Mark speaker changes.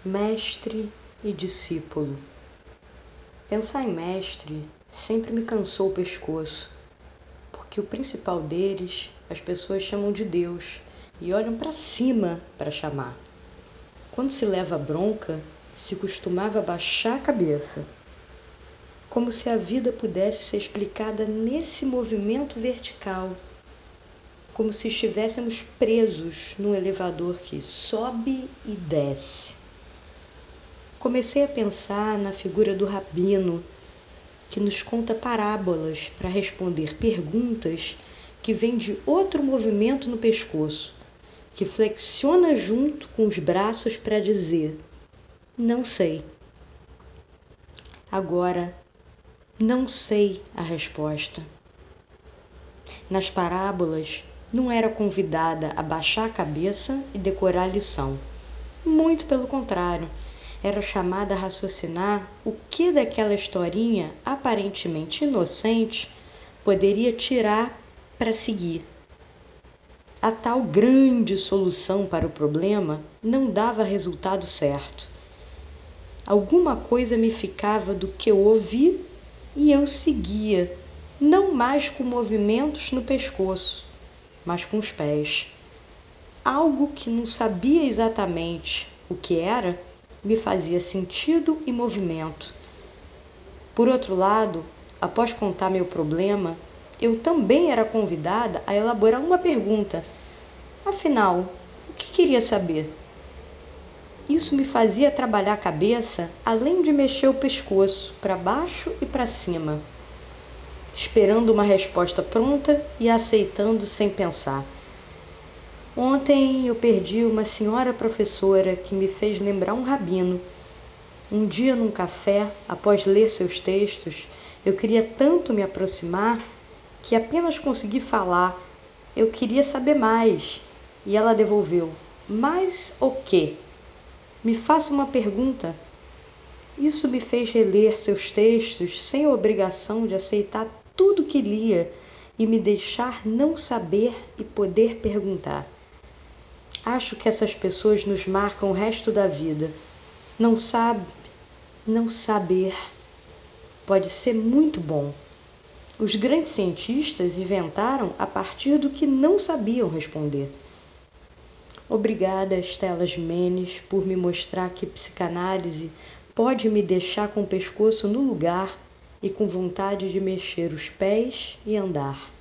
Speaker 1: Mestre e discípulo. Pensar em mestre sempre me cansou o pescoço, porque o principal deles as pessoas chamam de Deus e olham para cima para chamar. Quando se leva bronca, se costumava baixar a cabeça, como se a vida pudesse ser explicada nesse movimento vertical, como se estivéssemos presos num elevador que sobe e desce. Comecei a pensar na figura do rabino, que nos conta parábolas para responder perguntas que vêm de outro movimento no pescoço, que flexiona junto com os braços para dizer: não sei. Agora, não sei a resposta. Nas parábolas, não era convidada a baixar a cabeça e decorar a lição. Muito pelo contrário, era chamada a raciocinar o que daquela historinha aparentemente inocente poderia tirar para seguir. A tal grande solução para o problema não dava resultado certo. Alguma coisa me ficava do que eu ouvi e eu seguia, não mais com movimentos no pescoço, mas com os pés. Algo que não sabia exatamente o que era, me fazia sentido e movimento. Por outro lado, após contar meu problema, eu também era convidada a elaborar uma pergunta. Afinal, o que queria saber? Isso me fazia trabalhar a cabeça, além de mexer o pescoço para baixo e para cima, esperando uma resposta pronta e aceitando sem pensar. Ontem eu perdi uma senhora professora que me fez lembrar um rabino. Um dia num café, após ler seus textos, eu queria tanto me aproximar que apenas consegui falar. Eu queria saber mais. E ela devolveu: mais o quê? Me faça uma pergunta. Isso me fez reler seus textos sem a obrigação de aceitar tudo que lia e me deixar não saber e poder perguntar. Acho que essas pessoas nos marcam o resto da vida. Não saber pode ser muito bom. Os grandes cientistas inventaram a partir do que não sabiam responder. Obrigada, Estela Jimenez, por me mostrar que psicanálise pode me deixar com o pescoço no lugar e com vontade de mexer os pés e andar.